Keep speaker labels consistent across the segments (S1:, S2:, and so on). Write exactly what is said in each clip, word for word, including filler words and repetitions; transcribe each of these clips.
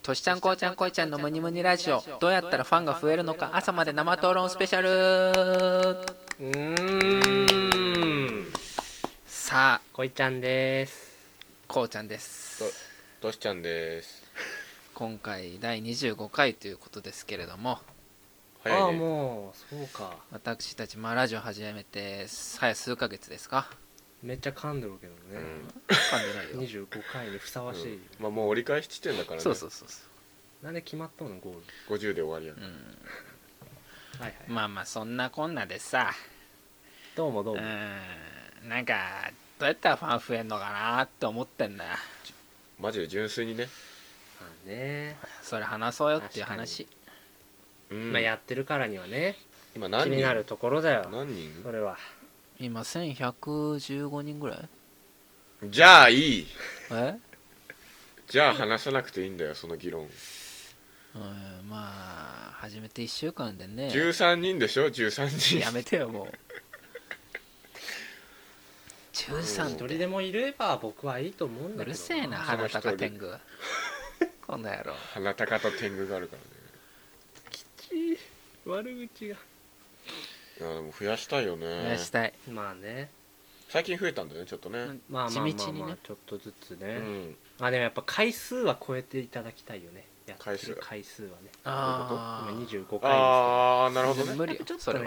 S1: としちゃんこうちゃんこいちゃんのムニムニラジオ、どうやったらファンが増えるのか、朝まで生討論スペシャル。
S2: うーん
S1: さあ、
S2: こいちゃんです。
S1: こうちゃんです。
S3: としちゃんです。
S1: 今回だいにじゅうごかいということですけれども、
S3: 早いね。
S2: ああもうそうか。
S1: 私たちまあラジオ始めて早数ヶ月ですか。
S2: めっちゃ噛んでるけどね、
S1: 噛んでないよ。
S2: にじゅうごかいにふさわしい、
S3: うん、まあもう折り返し地点だからね。
S1: そうそうそうそ
S2: なんで決まったのゴール。
S3: ごじゅうで終わりや、
S1: う、うん、
S2: はいはい、
S1: まあまあそんなこんなでさ、
S2: どうもどうも。
S1: うん、なんかどうやったらファン増えんのかなって思ってんだよ。
S3: マジで純粋にね。
S2: まあね、
S1: それ話そうよっていう話。
S3: うん、
S2: まあやってるからにはね、
S3: 今何人
S2: 気になるところだよ。
S3: 何人
S2: それは
S1: 今せんひゃくじゅうごにんぐらい。
S3: じゃあいい
S1: え
S3: じゃあ話さなくていいんだよその議論。
S1: うん、まあ始めていっしゅうかんでね。
S3: じゅうさんにんでしょ。じゅうさんにん
S1: やめてよもう。じゅうさん
S2: 一
S1: って
S2: 人でもいれば僕はいいと思うんだけどな。
S1: うるせえな、鼻高天狗この野郎。
S3: 鼻高と天狗があるからね。
S2: きちい悪口が。
S3: いやでも増やしたいよね。
S1: 増やしたい。
S2: まあね、
S3: 最近増えたんだよねちょっとね。
S2: まあまあまあ
S1: 地道にね
S2: まあちょっとずつね、
S3: うん。
S2: まあでもやっぱ回数は超えていただきたいよね。やってる
S3: 回数
S2: 回数はね。
S1: あ
S2: 今にじゅうごかい
S3: ああなるほどね。
S1: 全然無理よ
S2: ちょっとね
S1: それは。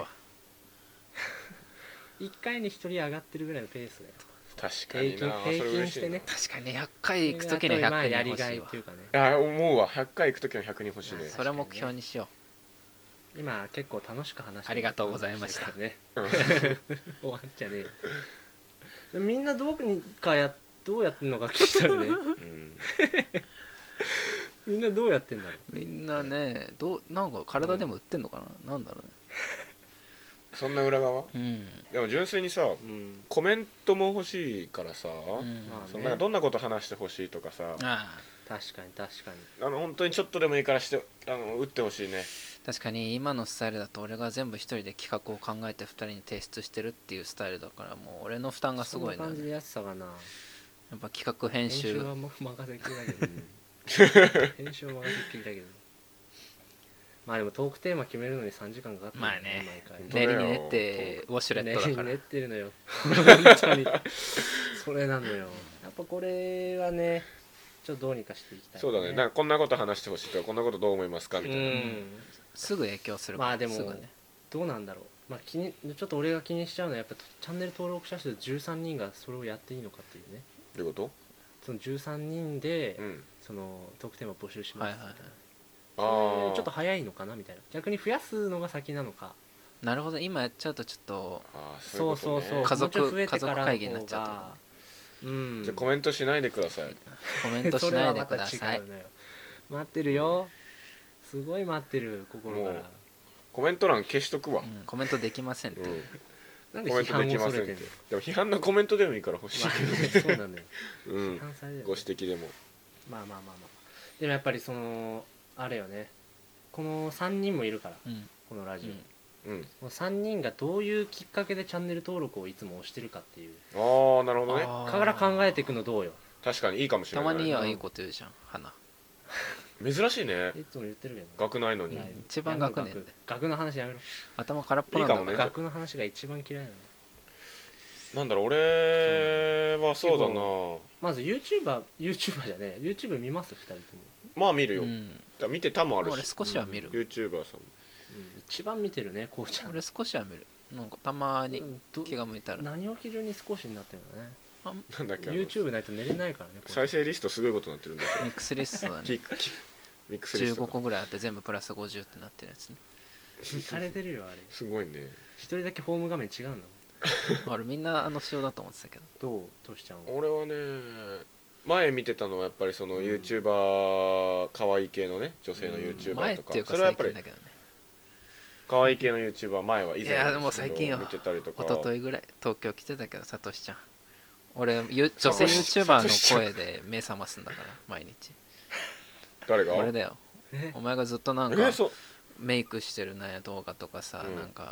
S2: ですけどいっかいにひとり上がってるぐらいのペースだよ。
S3: 確かにな。
S2: 平均
S3: それ
S2: 平均
S3: 嬉しいな。
S2: してね。
S1: 確かにひゃっかい行くときにはひゃっ
S2: まあ
S1: にん
S2: やりが
S1: 欲しいわ。
S2: いというかね。
S3: いや思うわ。ひゃっかい行くときのひゃくにん欲しいね。
S1: それを目標にしよ
S2: 今結構楽しく話して
S1: ありがとうございました
S2: ね。終わっちゃねえよ。みんなどうにかやどうやってんのか聞きたいね。
S3: うん
S2: みんなどうやってんだろう。
S1: う。みんなね、どうなんか体でも売ってんのかな、なんだろうね。
S3: そんな裏側
S1: うん
S3: でも純粋にさ
S2: うん。
S3: コメントも欲しいからさ、
S1: うん
S2: まあ
S3: そのなんかどんなこと話してほしいとかさ、
S1: あ
S2: 確かに確かに。
S3: あの本当にちょっとでもいいからしてあの打ってほしいね。
S1: あ確かに今のスタイルだと俺が全部一人で企画を考えてふたりに提出してるっていうスタイルだから、もう俺の負担がすごいね。
S2: そんな感じでやってたかな。
S1: やっぱ企画編
S2: 編
S1: 集
S2: 集はもう任せっきりだけど、編集は任せっきりだけど、まあでもトークテーマ決めるのにさんじかんかかってるよ
S1: まあね
S2: 毎
S3: 当だよ
S1: 練りに練ってウォシュレットだから、
S2: 回練ってるのよ本当にそれなのよ。やっぱこれはねちょっとどうにかしていきたい、
S3: そうだね。なんかこんなこと話してほしいとかこんなことどう思いますかみたいな。
S2: うん
S1: すぐ影響するから。
S2: まあでも
S1: すぐね。
S2: どうなんだろう。まあ気にちょっと俺が気にしちゃうのはやっぱチャンネル登録者数じゅうさんにんがそれをやっていいのかっていうね。
S3: どういうこ
S2: そのじゅうさんにんで、
S3: と？うん
S2: そのトークテーマ募集しますみたいな、
S1: はいはい
S3: ああ
S2: それちょっと早いのかなみたいな。逆に増やすのが先なのか。
S1: なるほど、今やっちゃうとちょっと
S3: あー
S2: そうそうそう、
S1: 家族
S2: もうちょい増えてからの方が
S1: 家族会議になっちゃうってこ
S2: うん
S3: じゃあコメントしないでください。
S1: コメントしないでくだ
S2: それ
S1: さい
S2: はまた違うのよ。待ってるよ、すごい待ってる心か
S3: もう
S2: ら。
S3: コメント欄消しとくわ。
S1: うん、コメントできませんって、
S3: うん
S2: なんで
S3: コメントで
S2: 批判を
S3: きませんって
S2: 恐れてんの。
S3: でも批判のコメントでもいいから欲しい
S2: まあ
S3: けど
S2: ね、そうなのよ。
S3: うん
S2: 批判されるよね
S3: ご指摘でも
S2: まあまあまあまあでもやっぱりそのあれよね、このさんにんもいるから
S1: うん
S2: このラジオ、
S1: うん
S3: うん
S2: このさんにんがどういうきっかけでチャンネル登録をいつも押してるかっていう
S3: ああなるほどね。
S1: あー
S2: から考えていくのどうよ。
S3: 確かにいいかもしれない。
S1: たまにはいいこと言うじゃん花。
S3: 珍しいね。
S2: いつも言ってるけど
S3: 学ないのに。
S2: ない
S1: 一番学年
S2: やめろ学学の話やめろ。
S1: 頭空っぽなんだ
S3: いいかもね
S2: 学の話が一番嫌いなの。
S3: なんだろう俺はそうだな。
S2: まず YouTuber、YouTuber じゃねえ YouTube 見ますふたりとも、
S3: まあ見るよ。だか
S1: うん、
S3: ら見てたもある
S1: 俺
S3: し。
S1: 少しは見る、
S3: YouTuber さんも。
S2: うん、一番見てるねこうちゃん。
S1: 俺少しは見る。なんかたまに
S2: うんど
S1: 気が向いたら、
S2: 何を基準に少しになってるのね。
S3: なんだっけあの
S2: YouTube ないと寝れないからねこうちゃん
S3: 再生リストすごいことになってるんだよ。
S1: ミックスリストだね
S3: キックキックミックスリ
S1: 15
S3: ストが
S1: 個ぐらいあって全部プラスごじゅうってなってるやつね。
S2: いかれてるよあれ。
S3: すごいね。
S2: 一人だけホーム画面違うんだもん。
S1: 俺みんなあの仕様だと思ってたけど。
S2: どうとしちゃんは。
S3: 俺はね前見てたのはやっぱりその
S2: うん
S3: YouTuber 可愛い系のね女性の
S2: うん
S3: YouTuber とか
S1: 前っていうか
S3: それはやっぱり
S1: 最近だけどね。
S3: 可愛い系の YouTuber 前は以前
S1: いやでも最近よ
S3: 見てたりとか
S1: 一昨日ぐらい東京来てたけど、さとしちゃん俺ゆ女性 YouTuber の声で目覚ますんだから毎日。
S3: 誰が
S1: 俺だよ。
S2: え
S1: お前がずっとなんか
S3: えそう
S1: メイクしてるなんや動画とかさ、
S3: うん
S1: なんか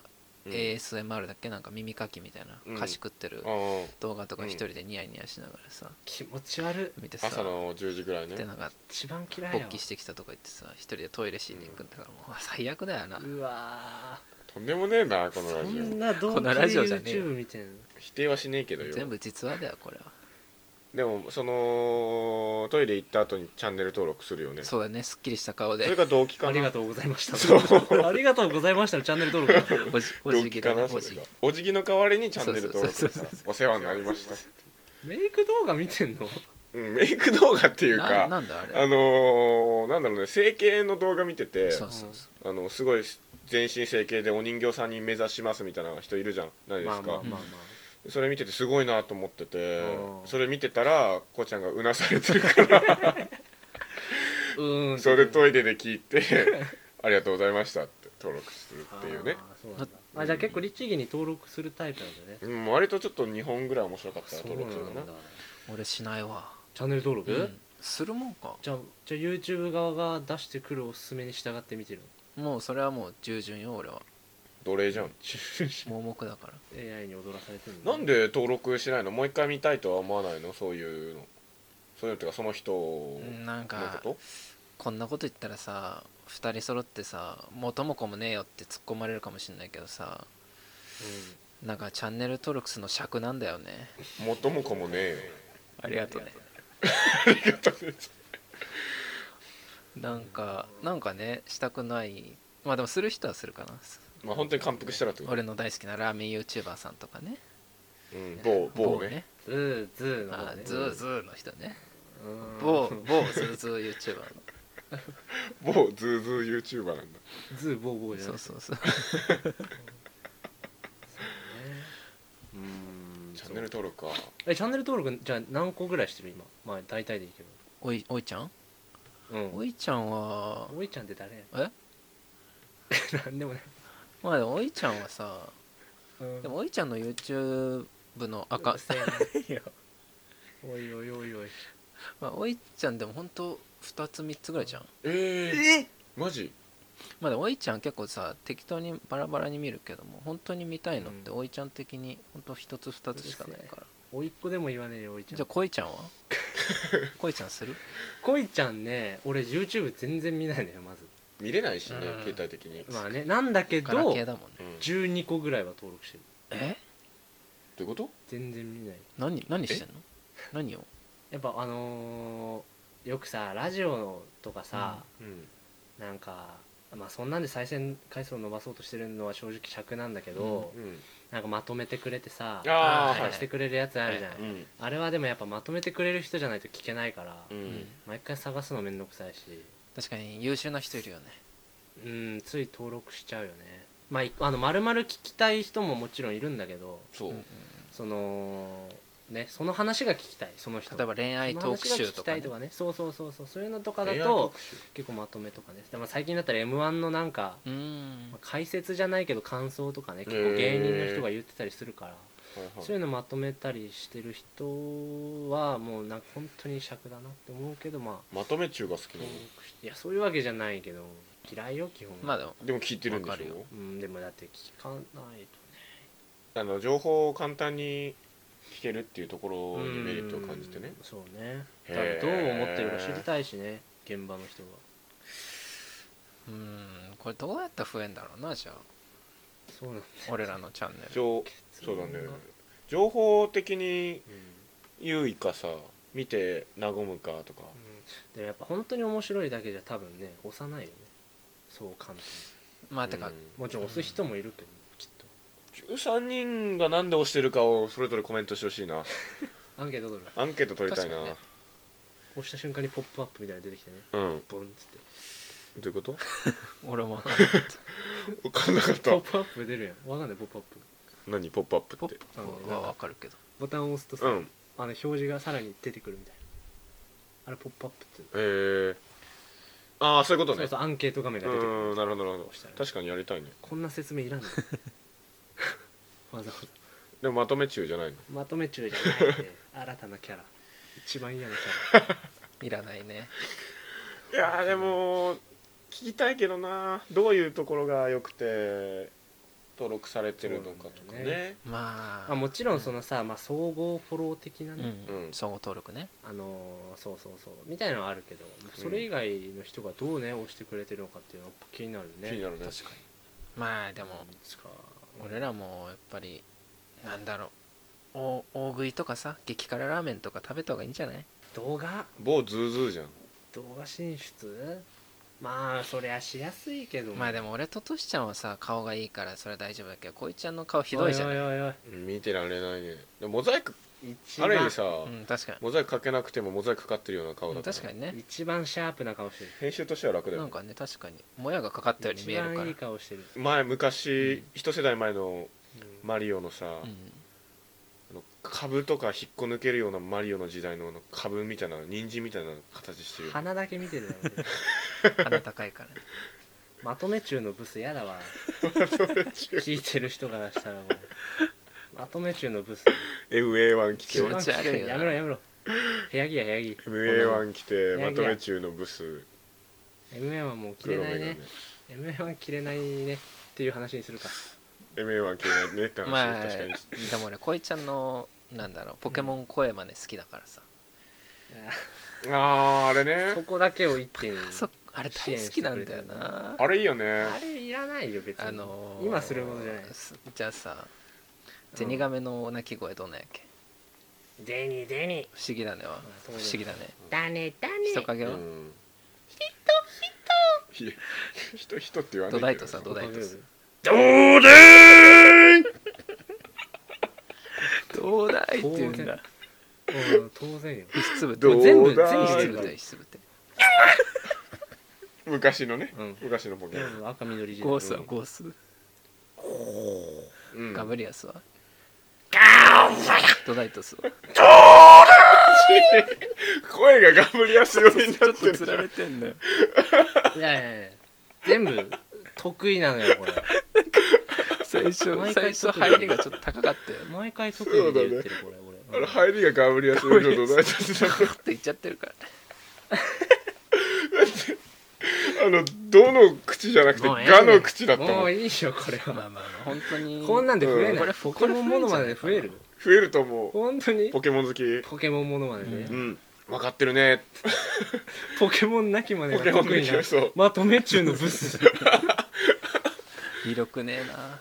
S3: うん
S1: エーエスエムアール だっけ、なんか耳かきみたいな、
S3: うん
S1: 菓子食ってる
S3: あ
S1: 動画とか一人でニヤニヤしながらさ
S2: 気持ち悪い。
S1: 見てさ、
S3: あ朝のじゅうじぐらいね
S1: でなんか
S2: 一番嫌いやわ。
S1: 勃起してきたとか言ってさ一人でトイレしに行くんだから、もう最悪だよな。
S2: うわ
S3: とんでもねえなこの
S2: ー、そ
S3: ラジオ
S2: んな動
S1: この
S2: 画で
S1: ラジオじゃねえ
S2: YouTube
S1: よ
S2: 見てんの。
S3: 否定はしねえけどよ
S1: 全部実話だよこれは。
S3: でもそのトイレ行った後にチャンネル登録するよね。
S1: そうだね、すっきりした顔で
S3: それが動機かな。
S2: ありがとうございました。
S3: そう
S2: ありがとうございましたのチャンネル登録。
S1: おじお
S3: 動
S1: じぎ
S3: 機かなそ
S1: だねおじぎ
S3: れがお辞儀の代わりにチャンネル登録
S1: そうそうそう
S3: さお世話になりました。
S2: メイク動画見てんの？
S3: うんメイク動画っていう
S1: な
S3: か
S1: なんだあれ、
S3: あのー、なんだろうね整形の動画見てて
S1: そうそうそう
S3: あのすごい全身整形でお人形さんに目指しますみたいな人いるじゃんないですか、
S2: まあまあまあま
S3: それ見ててすごいなと思ってて
S2: うん
S3: それ見てたらこうちゃんがうなされてるから
S2: あ。うーん。
S3: それトイレで聞いてありがとうございましたって登録するっていうね。
S2: あーそうなんだ。あ、じゃあ結構律儀に登録するタイプなんだね。
S3: うん割とちょっとにほんぐらい面白かったら
S2: そうなん
S3: 登録するかな
S2: だ。
S1: 俺しないわ、
S2: チャンネル登録？
S1: うん、するもんか。
S2: じゃあじゃあ YouTube 側が出してくるおすすめに従って見てるの？
S1: もうそれはもう従順よ俺は、
S3: 奴隷じゃん。
S1: 盲目だから。
S2: エーアイ に踊らされてるの？
S3: なんで登録しないの？もう一回見たいとは思わないの？そういうのそういうのっていうかその人の
S1: なんか
S3: こと
S1: こんなこと言ったらさふたり揃ってさ元も子もねえよって突っ込まれるかもしんないけどさ、なんかチャンネル登録するの尺なんだよね。
S3: 元も子もねえよ。
S1: ありがとうね。
S3: ありがとうね。
S1: なんかなんかねしたくない。まあでもする人はするかな。
S3: まあ本当に感服したらってこと。
S1: 俺の大好きなラーメン YouTuber さんとかね。
S3: うん某某ね。
S2: ズーズーの
S1: あ
S2: 方ね。
S1: ズーズーの人ね。
S2: うん
S1: 某某ズーズー YouTuber の。
S3: 某ズーズー YouTuber なんだ。
S2: ズーボーボーじゃない。
S1: そうそうそう。
S2: うーん。
S3: チャンネル登録か。
S2: えチャンネル登録じゃあ何個ぐらいしてる今？まあ大体でいいけ
S1: おいおいちゃん？
S2: ど。うん。
S1: おいちゃんは
S2: おいちゃんって誰？
S1: え？
S2: なんでもない。
S1: まあでもおいちゃんはさ、
S2: うん
S1: でもおいちゃんの YouTube のアカウント、
S2: いやおいおいおいおい。
S1: まあ、おいちゃんでもほんとふたつみっつぐらいじゃん。
S3: えー、
S2: え？
S3: マジ？
S1: まあでもおいちゃん結構さ適当にバラバラに見るけども本当に見たいのって
S2: う
S1: おいちゃん的にほんとひとつふたつしかないから。
S2: おいっ子でも言わねえよおいちゃん。
S1: じゃあこいちゃんはこいちゃんする？
S2: こいちゃんね、俺 YouTube 全然見ないのよまず。
S3: 見れないしね
S1: うん
S3: 携帯的に。
S2: まあね、なんだけ
S1: ガラ
S2: ど
S1: ケーだもんね。
S3: うん
S2: じゅうにこぐらいは登録してる。
S1: え
S3: どういうこと？
S2: 全然見ない。
S1: 何何してんの？何を？
S2: やっぱあのー、よくさラジオとかさ、
S3: うん
S2: なんかまあそんなんで再生回数を伸ばそうとしてるのは正直尺なんだけど、
S3: うん。
S2: なんかまとめてくれてさ
S3: あー
S1: はい
S2: してくれるやつあるじゃん、
S1: はい
S3: うん
S2: あれはでもやっぱまとめてくれる人じゃないと聞けないから、
S3: う
S1: うん
S3: ん。
S2: 毎回探すのめんどくさいし、
S1: 確かに優秀な人いるよね。
S2: うんつい登録しちゃうよね。まあいあの丸々聞きたい人ももちろんいるんだけど、
S3: そう。
S1: うんうん
S2: そのねその話が聞きたいその人
S1: 例えば恋愛トーク
S2: その話が聞
S1: 集とかね
S2: きたいとかね、そうそうそうそうそういうのとかだ
S3: エア
S2: と
S3: 特集
S2: 結構まとめとかね。でも最近だったら エムワン のなんか、
S1: うーん
S2: まあ解説じゃないけど感想とかね結構芸人の人が言ってたりするから、
S3: はいはい
S2: そういうのまとめたりしてる人はもうなんか本当に尺だなって思うけど、まあ
S3: まとめ中が好きな
S2: 登録していやそういうわけじゃないけど嫌いよ基本。
S1: まあでも
S3: のでも聞いてるんでし
S1: わかるよ
S3: ょ。
S2: うんでもだって聞かないとね。
S3: あの情報を簡単に聞けるっていうところにメリットを感じてね
S2: うん。そうね。
S3: へ
S2: だ
S3: ー
S2: からどう思ってるか知りたいしね現場の人が。
S1: うーんこれどうやったら増えんだろうな。じゃあ
S2: そうなんだ。
S1: 俺らのチャンネル
S3: 情そうだね情報的に
S2: うん
S3: 優位かさ見て和むかとか
S2: でもやっぱ本当に面白いだけじゃ多分ね押さないよねそう簡単
S1: まあてか、
S3: うん
S2: に。もちろん押す人もいるけど、きっ
S3: じゅうさんにんがなんで押してるかをそれぞれコメントしてほしいな。
S2: とアンケート取る。
S3: アンケート取りたいな。
S1: 確かにね
S2: 押した瞬間にポップアップみたいなの出てきてね
S3: うん
S2: ボンっつって
S3: どういうこと？
S1: 俺も
S3: 分かんなかった
S2: ポッ。プアップ出るやん。わかんないポップアップ。
S3: 何ポップアップ
S1: ポッ
S3: って？
S1: プはわかるけど
S2: ボタンを押すとさ、
S3: うん
S2: あの表示がさらに出てくるみたいな。あれポップアップって
S3: えー、ああそういうことね。
S2: そうそうアンケート画面が出てくる。
S3: うんなるほどなるほど
S2: 押したら
S3: 確かにやりたいね。
S2: こんな説明いらんのわざわざ
S3: でもまとめ中じゃないの？
S2: まとめ中じゃないで新たなキャラ一番嫌なキャラ
S1: いらないね。
S3: いやーでも聞きたいけどなどういうところが良くて登録されてるのかとか ね, ね
S1: まあ、
S2: まあ、もちろんそのさ、まあ、総合フォロー的な
S1: う
S2: ね、
S1: ん、
S3: うん
S1: 総合登録ね。
S2: あのーそうそうそうみたいなのはあるけど、それ以外の人がどうね押してくれてるのかっていうのは気になるね。
S3: 気になるね。
S1: 確かに。まあでも、
S2: ですか
S1: 俺らもやっぱりなんだろう、お大食いとかさ、激辛ラーメンとか食べた方がいいんじゃない？
S2: 動画
S3: 某ズーズーじゃん。
S2: 動画進出、まあそりゃしやすいけど、
S1: まあでも俺とトシちゃんはさ顔がいいからそれは大丈夫だけど、こいちゃんの顔ひどいじゃない。
S2: おいおいおいおい、
S3: 見てられないね。でもモザイク
S2: 一番
S3: ある意味さ、
S1: うん確かに。
S3: モザイクかけなくてもモザイクかかってるような顔だから、
S1: 確かにね。
S2: 一番シャープな顔してる。
S3: 編集としては楽だよね。
S1: なんかね確かにもやがかかったように見えるから。
S2: 一番いい顔してる。
S3: 前昔、
S1: うん
S3: 一世代前の
S2: うん
S3: マリオのさ、
S1: うん、
S3: あの株とか引っこ抜けるようなマリオの時代のあの株みたいな人参みたいな形してるよね。
S2: 鼻だけ見てるだろ
S1: 鼻高いからね。
S2: まとめ中のブスやだわ聞いてる人からしたらもうまとめ中のブス
S3: エムエーワン 来て
S1: 気持ち悪いよな
S2: やめろやめろ、部屋着や部屋着
S3: エムエーワン 来て
S2: いやいや
S3: まとめ中のブス
S2: エムエーワン もう着れないね。 エムエーワン 着れないねっていう話にするか。
S3: エムエーワン 着れないねって話、
S1: まあ
S3: 確かに
S1: でも俺こいちゃんのなんだろうポケモン声真似好きだからさ、
S3: あーあれね
S2: そこだけを一点
S1: そあれ大好きなんだよな。
S3: あれいいよね。
S2: あれいらないよ別に、
S1: あのー
S2: 今するものじゃない。
S1: じゃあさゼニガメの鳴き声どんなんやっけ？
S2: デニデニ
S1: 不思議だねは不思議だね。
S2: だねだね
S1: 人影は、
S3: うん人人人って言わないけど
S1: ドダイトさドダイトさ
S3: どうでーん
S1: どうだいって言うんだ。
S2: うん当然よ。
S1: 石つぶて
S3: どうだい
S2: 全部全部
S1: 石つぶ
S2: してるから
S1: て石つぶて
S3: 昔のね、
S2: うん
S3: 昔のポケモン、
S2: うん赤緑時代
S1: ゴースはゴース、
S3: うん
S1: ガブリアスはドダイトスは
S3: 声がガブリアス寄りになってるじゃん。
S1: つられてんだよ。
S2: いやいやいや全部得意なのよこれ。
S1: 最初
S2: 毎回
S1: 最初入りがちょっと高かったよ。
S2: 毎回得意で言ってるこれ
S3: あの
S2: 俺。
S3: 入りがガブリアス寄りの土台としてた
S1: って言っちゃってるからね。
S3: あのどの口じゃなくて
S2: もうええね
S3: ガの口だった
S2: も
S3: も。
S2: うんいいよこれは。
S1: まあまあまあ本当に
S2: こんなんで増え
S3: うん
S2: ない。ポケモンモノマネで増える。
S3: 増えると思う。
S2: 本当に
S3: ポケモン好き。
S2: ポケモンモノマネ
S1: う
S2: ね
S3: う。ん、分かってるね。
S2: ポケモンなきまで
S3: ポケモン好
S2: が得意な
S3: きそう。
S2: まとめ中のブス。
S1: 魅力ねえな。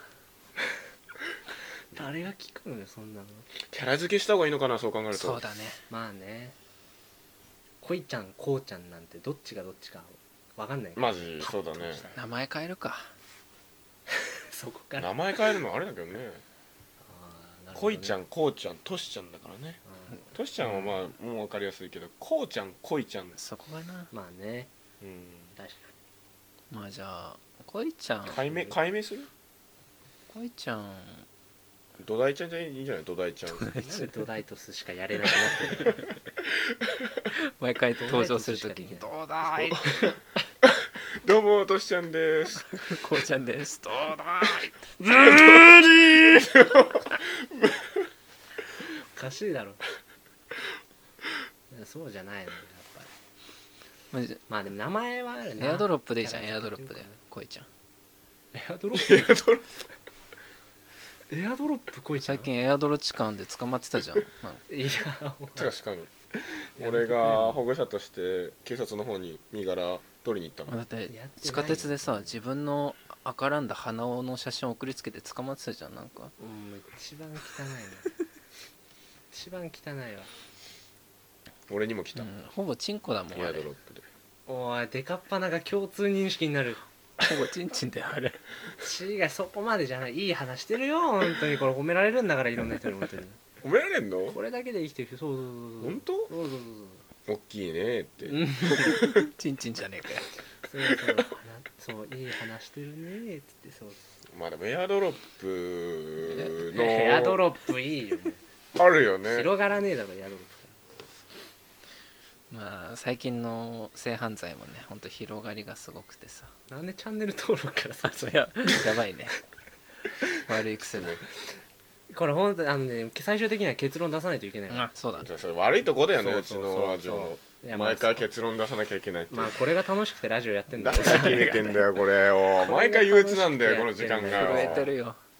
S2: 誰が聞くのよそんなの。
S3: キャラ付けした方がいいのかな、そう考えると。
S1: そうだね。
S2: まあね。こいちゃんこうちゃんなんてどっちがどっちかわかんない。
S3: マジそうだね。
S1: 名前変えるか。
S2: そこから。
S3: 名前変えるのあれだけどね。
S2: あーなるほどね
S3: こいちゃん、こうちゃん、としちゃんだからね。
S2: うん
S3: としちゃんはまあもう分かりやすいけど、こうちゃん、こいちゃん。
S1: そこがな。
S2: まあね
S3: うん。
S2: 確か
S1: まあじゃあこいちゃん
S3: 解明解明する？
S1: こいちゃん
S3: 土台ちゃんじゃいいんじゃない？土台ちゃん。
S2: に。なんでドダイトスしかやれなくなってるの。
S1: 毎回登場するときに「
S2: ど
S1: どうだい?」
S3: どうもとしちゃんです。
S1: こうちゃんです。どうだい?
S3: ズージー。
S2: おかしいだろ。いやそうじゃないのよやっぱり。
S1: マジで
S2: まあでも名前はあるね。
S1: エアドロップでいいじゃん。
S2: キャラ
S1: エアドロップでこいちゃん。
S2: エアドロップ。
S3: エアドロッ
S2: エアドロップこいちゃん。
S1: 最近エアドロ痴漢で捕まってたじゃん。なんか
S2: いや
S3: プ確かに。俺が保護者として警察の方に身柄取りに行ったの。
S1: だって
S2: やってない
S1: 地下鉄でさ自分の赤らんだ鼻緒の写真を送りつけて捕まってたじゃん。なんか
S2: うん一番汚いの。一番汚いわ。
S3: 俺にも来た。
S1: うんほぼチンコだもん
S3: エア
S1: あれ。
S3: ドロップで。
S2: おいデカッパナが共通認識になる。
S1: ほぼチンチンだよあれ。
S2: 違うそこまでじゃない。いい話してるよ本当に。これ褒められるんだからいろんな人に本当に。
S3: 褒められんの？
S2: これだけで生きてる人。そうそうそうそう。
S3: 本当？
S2: そうそうそう
S3: 大きいねって。
S2: そう。うん。
S1: チンチンじゃねえかよ。
S2: そうそうそういい話してるねーっつってそう
S3: まあでもエアドロップの
S2: エアドロップいいよもう
S3: あるよね。
S2: 広がらねえだろエアドロッ
S1: まあ最近の性犯罪もねほんと広がりがすごくてさ。
S2: プなんでチャンネル登録からさ
S1: そりゃやばいね。悪い癖だ。
S2: これ本当にあのね最終的には結論出さないといけないから
S1: あそうだ。
S3: じゃあそれ悪いとこだよね、うち
S2: そうそうそう
S3: のラジオの。
S2: いやまあ
S3: 毎回結論出さなきゃいけないっていう。
S2: まあこれが楽しくてラジオやってんだよ
S3: 誰が決めてんだよこれを。毎回憂鬱なんだよこの時間
S1: 震え
S3: が。
S1: てるよ。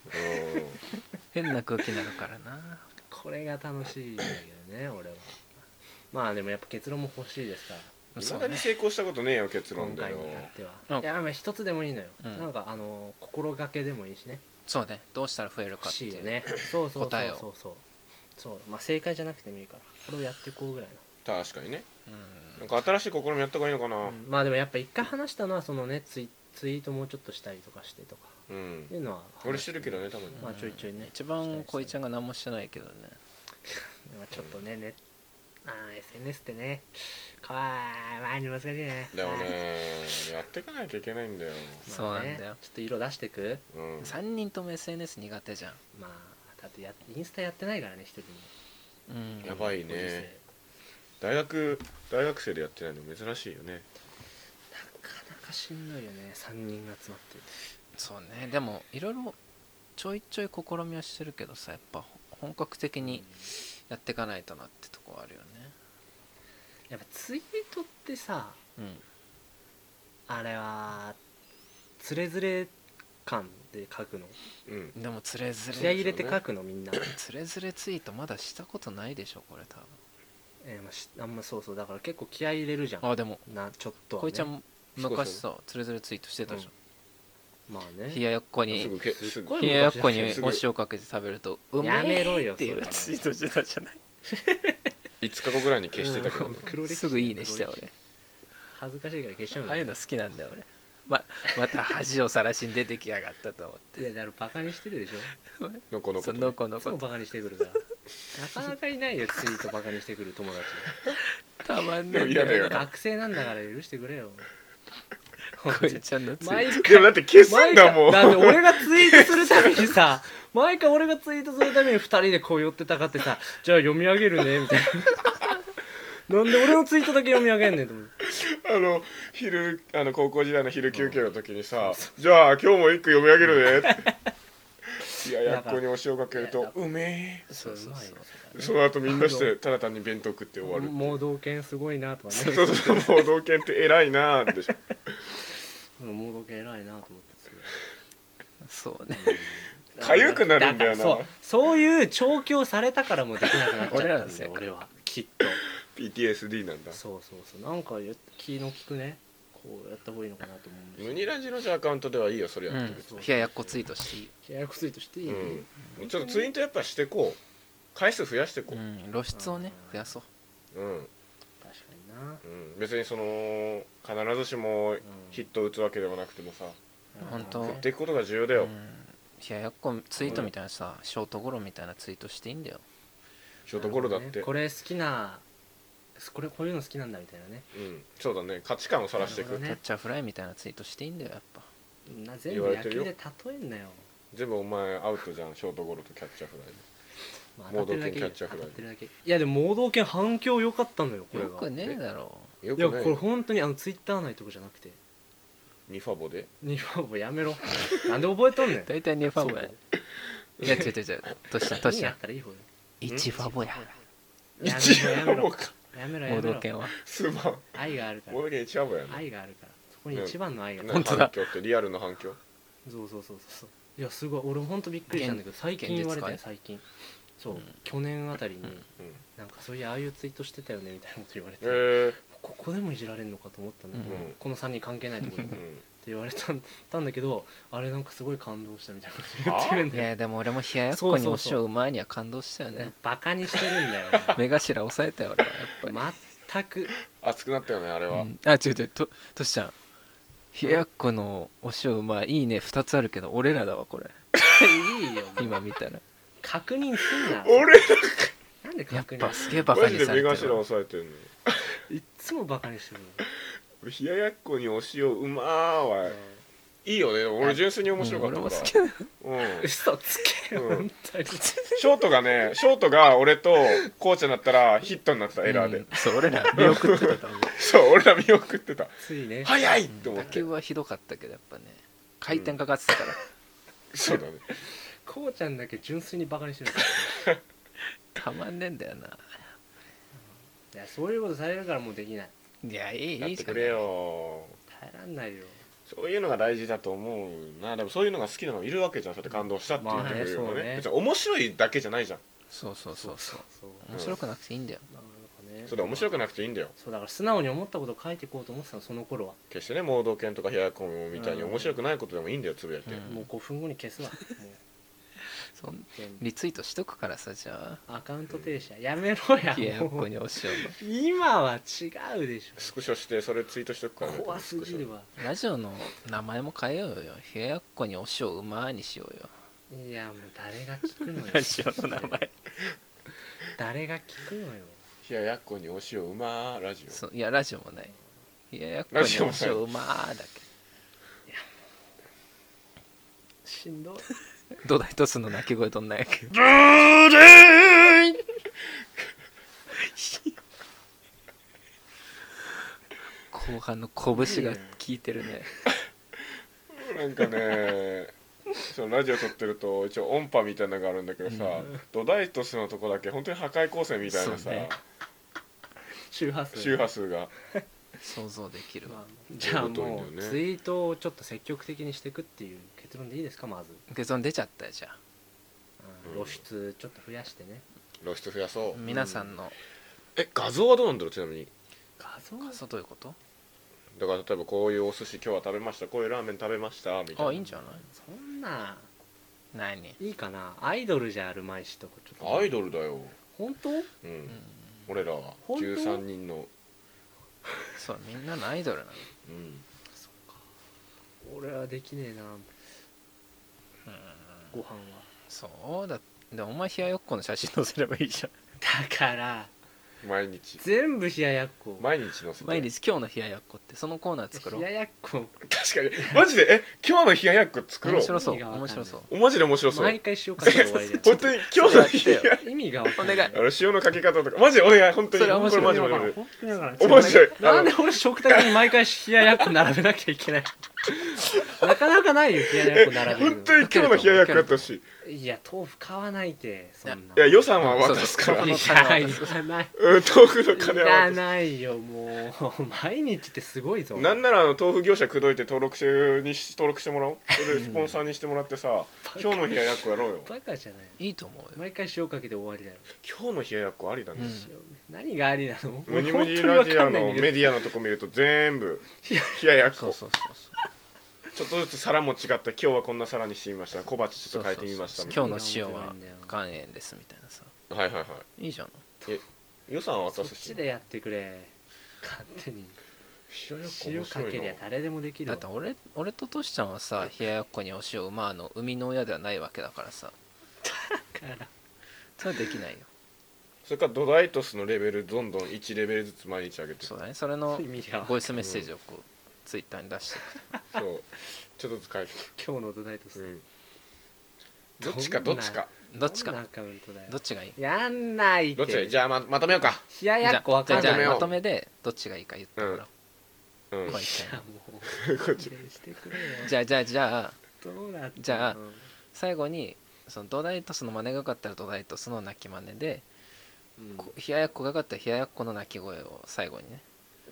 S1: 変な空気になるからな。
S2: これが楽しいんだけどね俺は。まあでもやっぱ結論も欲しいですから
S3: いまだに成功したことねえよ結
S2: 今
S3: 論だよ。
S2: 回にやっては、
S1: うん
S2: いやまあ一つでもいいのよ、
S1: うん
S2: なんかあの心がけでもいいしね、
S1: そうね、どうしたら増えるか
S2: 欲
S1: っていう
S2: しいよね。そうそうそう
S1: 答えを
S2: そうそうそうまあ正解じゃなくてもいいからこれをやっていこうぐらい
S3: 確かにね。
S1: うん
S3: なんか新しい試みやった方がいいのかな。
S2: の、うんまあでもやっぱ一回話したのはそのねツイツイートもうちょっとしたりとかしてとか
S3: うん
S2: いうのは
S3: 俺してるけどねたまに。
S2: まあちょいちょいね
S1: 一番恋ちゃんが何もしてないけどね。
S2: まあちょっとねねあー エスエヌエス ってねかわい前に難しいね
S3: でもねやっていかなきゃいけないんだよ。
S1: そうなんだよ
S2: まあねちょっと色出してく
S3: うん
S1: さんにんとも エスエヌエス 苦手じゃん。
S2: まあだってやインスタやってないからね一人も
S1: うん
S3: やばい
S2: ご時世
S3: ね。大学大学生でやってないの珍しいよね。
S2: なかなかしんどいよねさんにんが集まってる
S1: そうね。でもいろいろちょいちょい試みはしてるけどさ、やっぱ本格的にやっていかないとなってとこはあるよね。
S2: やっぱツイートってさ
S1: うん
S2: あれはつれづれ感で書くの
S3: うん
S1: でもつれづれ
S2: 気合い入れて書くのみんな
S1: つれづれツイートまだしたことないでしょこれ多
S2: えーまあしあんまそうそうだから結構気合い入れるじゃん
S1: 分。あでも
S2: なちょっとは、ね、
S1: こいちゃん昔さつれづれツイートしてたじ
S2: まあ
S1: ゃん。
S2: ね
S1: 冷ややっこ
S3: す
S1: に
S3: ぐけすぐ
S2: ごい
S1: 冷ややっこに
S3: すぐ
S1: お塩かけて食べるとうめえ
S2: やめろよ
S1: っていう
S2: それ
S1: ツイートしてたじゃない。
S3: いつかごぐらいに消してたけどね。
S2: 黒歴史
S1: すぐいいねしたよ俺。
S2: 恥ずかしいから消しちゃうんだよ
S1: ああいうの好きなんだよ俺。ままた恥をさらしに出てきやがったと思って。
S2: いやだからバカにしてるでしょ
S3: のこのこ
S1: その子の子
S2: いつもバカにしてくるからなかなかいないよツイートバカにしてくる友達
S1: たまんねえん
S3: でも嫌だよ
S1: な
S2: 学生なんだから許してくれよ
S1: こいちゃんのツイ
S2: 毎
S1: ート。
S3: でもだって消す
S2: 毎
S3: んだもん。
S2: 回だって俺がツイートするためにさ毎回俺がツイートするためにふたりでこう寄ってたかってさじゃあ読み上げるねみたいななんで俺のツイートだけ読み上げんねんと思う
S3: あの昼あの高校時代の昼休憩の時にさ、じゃあ今日も一句読み上げるねっていややっこにお塩かけるとうめえ。
S2: そうそうそう
S3: その後みんなしてただ単に弁当食って終わる。
S2: 盲導犬すごいなとかね
S3: そうそうそう盲導犬って偉いなーでしょ。
S2: 盲導犬偉いなと思って
S1: そうね。
S3: 痒くなるんだよな
S2: そうそういう調教されたからもうできなくなっちゃったんだよ
S1: 俺らのせいか
S2: 俺はきっと
S3: ピーティーエスディー なんだ。
S2: そうそうそうなんかや気の利くねこうやった方がいいのかなと思うんですよ
S3: ムニラジのじゃあアカウントではいいよそれやって
S1: うん
S3: る。
S1: 冷ややっこツイートしていい。
S2: 冷ややっこツイートしていい、
S3: うん、ちょっとツイートやっぱしてこう。回数増やしてこう。
S1: うん露出をね増やそう。
S3: うん。うん、
S2: 確かにな
S3: 別にその必ずしもヒット打つわけでもなくてもさ、
S1: 本当
S3: やっていくことが重要だよ。
S1: うん冷ややっこツイートみたいなさショートゴロみたいなツイートしていいんだよ。
S3: ショートゴロだって。
S2: ねこれ好きなこれこういうの好きなんだみたいなね
S3: うん、そうだね。価値観をさらしていく。
S2: なるほどね
S1: キャッチャーフライみたいなツイートしていいんだよやっぱ。
S2: な全部野球で例えんなよ、
S3: 全部お前アウトじゃん。ショートゴロとキャッチャーフライで。
S2: まあ、
S3: 盲導犬
S2: 当たってるだけ
S3: キャッチャーフライ
S2: 当たってるだけいやでも盲導犬反響良かったのよこれが
S1: よくねえだろ
S3: よくね
S2: いやこれ本当にあのツイッター内とかじゃなくて
S3: ニファボで
S2: にファボやめろなんで覚えとんねん
S1: 大体にファボや。いや違う違う違うトシちゃんトシ
S2: にや
S1: ちゃん
S2: ったらいい方よ
S1: いちファボや。
S2: や
S3: 一フ
S2: めろやめろ
S3: ァボか。
S1: 盲
S2: やめろやめろ
S1: 導犬は。
S3: すまん。
S2: 愛があるから
S3: 盲導犬一ファボやね。
S2: 愛があるからそこに一番の愛がある、
S3: な
S1: 本当だ
S3: 反響ってリアルの反響。
S2: そうそうそうそういやすごい俺ほんとびっくりしたんだけど最近言われたよ
S1: 現実かい
S2: 最近そう、
S1: うん
S2: 去年あたりに、
S1: うん
S3: うん。
S2: なんかそういうああいうツイートしてたよねみたいなこと言われて、
S3: え
S2: ここでもいじられるのかと思ったんだけど、
S3: うん
S2: このさんにん関係ないところで
S3: ー、
S2: って
S3: うん。
S2: 言われたんたんだけどあれなんかすごい感動したみたいなこと言ってるん
S1: い
S2: だよ
S1: やでも俺も冷ややっこにお
S2: そうそうそう
S1: 塩うまいには感動したよね。
S2: バカにしてるんだよ
S1: 目頭押さえたよ俺はやっぱり。
S2: 全く
S3: 熱くなったよねあれは。
S1: うんあ違う違うとトシちゃん冷ややっこのお塩うまいいいねふたつあるけど俺らだわこれ
S2: いいよ
S1: 今見たら
S2: 確認すんな
S3: 俺
S2: なんで
S1: やっ
S2: 確認
S1: ぱすげえバカ
S3: マジで
S1: にされてる
S3: 目頭押さえてるの。
S2: いっつもバカにしてる
S3: 冷ややっこにお塩うまーは
S2: の、
S3: いいよね。俺純粋に面白かった
S1: うん俺も好き
S3: か
S1: だ
S3: ら。うん。
S2: 嘘つけよ、
S3: うん
S2: 本当に
S3: ショートがね、ショートが俺とコーチになったらヒットになってたエラーで、
S1: うんそう俺ら見送ってた多分
S3: そう俺ら見送ってた。
S2: ついね
S3: 早いって思って。
S1: 打球はひどかったけどやっぱね回転かかってたから、
S3: そうだね。
S2: こうちゃんだけ純粋にバカにしてる
S1: たまんねえんだよな。
S2: いやそういうことされるからもうできない
S1: いやいいいいじゃん
S3: やってくれよ。
S2: 耐えらんないよ
S3: そういうのが大事だと思うな。でもそういうのが好きなのいるわけじゃん。そうやって感動したって言ってくれるよね,、
S2: まあねそうね
S3: 別に面白いだけじゃないじゃん。
S1: そうそうそうそう
S2: そう
S1: 面白くなくていいんだよ、
S2: なんかね
S3: それ面白くなくていいんだよ。
S2: そうだから素直に思ったことを書いていこうと思ってたのその頃は、
S3: 決してね盲導犬とか冷ややっこみたいに面白くないことでもいいんだよ、つぶやいて、
S1: うん
S2: もうごふんごに消すわも
S1: そん
S2: う全部
S1: リツイートしとくからさ、じゃ
S2: アカウント停止やめろや
S1: あ冷ややっ
S2: もう
S1: こにお塩
S2: 今は違うでし
S3: スクショしてそれツイートしとくからね。
S2: ょ怖すぎるわ。
S1: のラジオの名前も変えようよ。冷ややっこにお塩うまーにしようよ。
S2: いやもう誰が聞くのよ
S1: ラジオの名前
S2: 誰が聞くのよ。
S3: 冷ややっこにお塩うまーラジオ。
S1: そういやラジオもない。冷ややっこにお塩うまーだけ。
S2: しんどい。
S1: 土台トスの鳴き声どんなんやけど後半の拳が効いてるね。
S3: なんかねそのラジオ撮ってると一応音波みたいなのがあるんだけどさ、土台トスのとこだけ本当に破壊光線みたいなさ、
S1: そうね
S2: 周波数
S3: 周波数が
S1: 想像できるわ。
S2: まあじゃあ
S3: そういうこと
S2: も
S3: なんだよね
S2: うツイートをちょっと積極的にしていくっていう結論でいいですかまず、
S1: 結論出ちゃったよじゃあ。
S2: うん露出ちょっと増やしてね。
S3: 露出増やそう。
S1: 皆さんの
S3: え画像はどうなんだろう。ちなみに
S2: 画像
S1: 感想どういうこと？
S3: だから例えばこういうお寿司今日は食べました、こういうラーメン食べましたみたいな。
S1: あいいんじゃない？
S2: そんな
S1: 何？
S2: いいかな。アイドルじゃあるまいしとかちょっと
S3: アイドルだよ。
S2: 本当
S3: うん、
S1: うん
S3: 俺らは
S2: 本当
S3: じゅうさんにんの、
S1: そうみんなのアイドルなの。
S3: うん、
S2: 俺はできねえなご飯は。
S1: そうだでお前冷ややっこの写真載せればいいじゃん。
S2: だから
S3: 毎日
S2: 全部冷ややっこ
S3: 毎日載せて
S1: 毎日今日の冷ややっこってそのコーナー作ろう。
S2: 冷ややっこ
S3: 確かにマジでえ今日の冷ややっこ作ろう。
S1: 面白そう
S2: 意味がわかんない
S1: 面白そう。
S3: おマジで面白そう。
S2: 毎回塩かけて終わりだよ
S3: 本当に今日の冷ややっ
S2: 意味がわかんない
S1: お願い
S3: こあの塩のかけ方とかマジでお願い本当に
S1: それは面白い
S3: これマジでマジで
S2: 本当にわからん
S3: 面白い。
S2: なんで
S3: あの
S2: 俺食卓に毎回冷ややっこ並べなきゃいけないなかなかないよ冷ややっこ並べる
S3: 本当に今日の冷ややっこやってほしい。
S2: いや豆腐買わないてそんない
S3: や予算は渡すから。
S1: そう
S3: うん
S1: そう
S2: いやいらない
S3: 豆腐の
S2: い
S3: 金は
S2: ら
S3: 渡す。
S2: ないよもう毎日ってすごいぞ
S3: なんならあの豆腐業者口説いて登録してにし登録してもらおう。それでスポンサーにしてもらってさ今日の冷ややっこやろうよ。
S2: バカじゃない
S1: いいと思うよ。
S2: 毎回塩かけて終わりだよ
S3: 今日の冷ややっこありだね。
S1: うん
S2: 何がありなの
S3: ムニムニラジオのメディアのとこ見ると全部冷ややっこ。
S1: そうそうそうそう
S3: ちょっとずつ皿も違って今日はこんな皿にしてみました、小鉢ちょっと変えてみましたみたい
S1: 今日の塩は岩塩ですみたいなさ。
S3: な。はいはいはい
S1: いしゃん
S3: い。予算は
S2: そっ
S3: 渡すし。
S2: ちでやってくれ勝手に
S3: 冷ややっこ
S2: 塩か
S3: 面白いな
S2: けりゃ誰でもできるわ
S1: だって俺俺とトシちゃんはさ冷ややっこにお塩うまあの生みの親ではないわけだからさ
S2: だから
S1: それはできないよ。
S3: それからドライトスのレベルどんどんいちレベルずつ毎日上げて。
S1: そうだねそれの
S2: 意味が
S1: ボイスメッセージをこうツイッターに出して
S3: そうちょっとずつ変えて。
S2: 今日のドナイトス
S3: うんどっちかどっちか
S1: どっちか
S2: どんなアカウントだよ
S1: どっちがいい？
S2: やんないって
S3: どっちがいい。じゃあままとめようか。
S2: 冷ややっこわかんない
S1: じゃあじゃあ
S3: まとめよう
S1: まとめでどっちがいいか言ってもらおう。
S3: うん
S1: こう一回
S2: いやもう
S3: こっち
S2: 勘弁してくれよ
S1: じゃあじゃあじゃあ
S2: どうなってんの
S1: じゃあ最後にそのドダイトスの真似がよかったらドダイトスの鳴き真似で、
S2: うん
S1: こ冷ややっこがよかったら冷ややっこの鳴き声を最後にね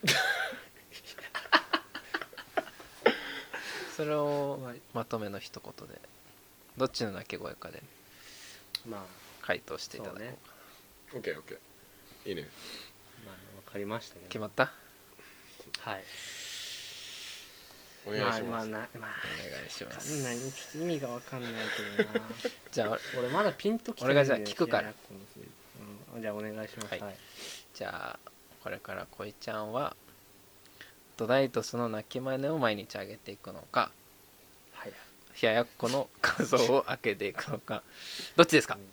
S1: それをまとめの一言でどっちの鳴き声かで
S2: まあ
S1: 回答していただこうかな。
S2: そうね
S3: オッケーオッケーいいね。
S2: まあわかりましたけど
S1: 決まった？
S2: はい
S3: お願いします。
S2: まあまあなまあ
S1: お願いしま
S2: わか
S1: す。
S2: んないちょっと意味がわかんないけどな
S1: じゃあ
S2: 俺まだピンときて
S1: 俺がじゃあ聞くから
S2: 冷ややっこのせいうんじゃあお願いします
S1: はい
S2: はい
S1: じゃあこれからこいちゃんはドダイトスの鳴き真似を毎日上げていくのか
S2: はい
S1: 冷ややっこの画像を開けていくのかどっちですか？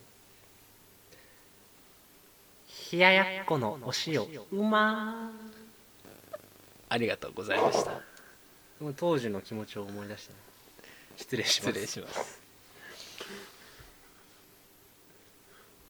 S2: 冷ややっこのお塩うま
S1: ありがとうございました。
S2: ー当時の気持ちを思い出したね失礼します
S1: 失礼します。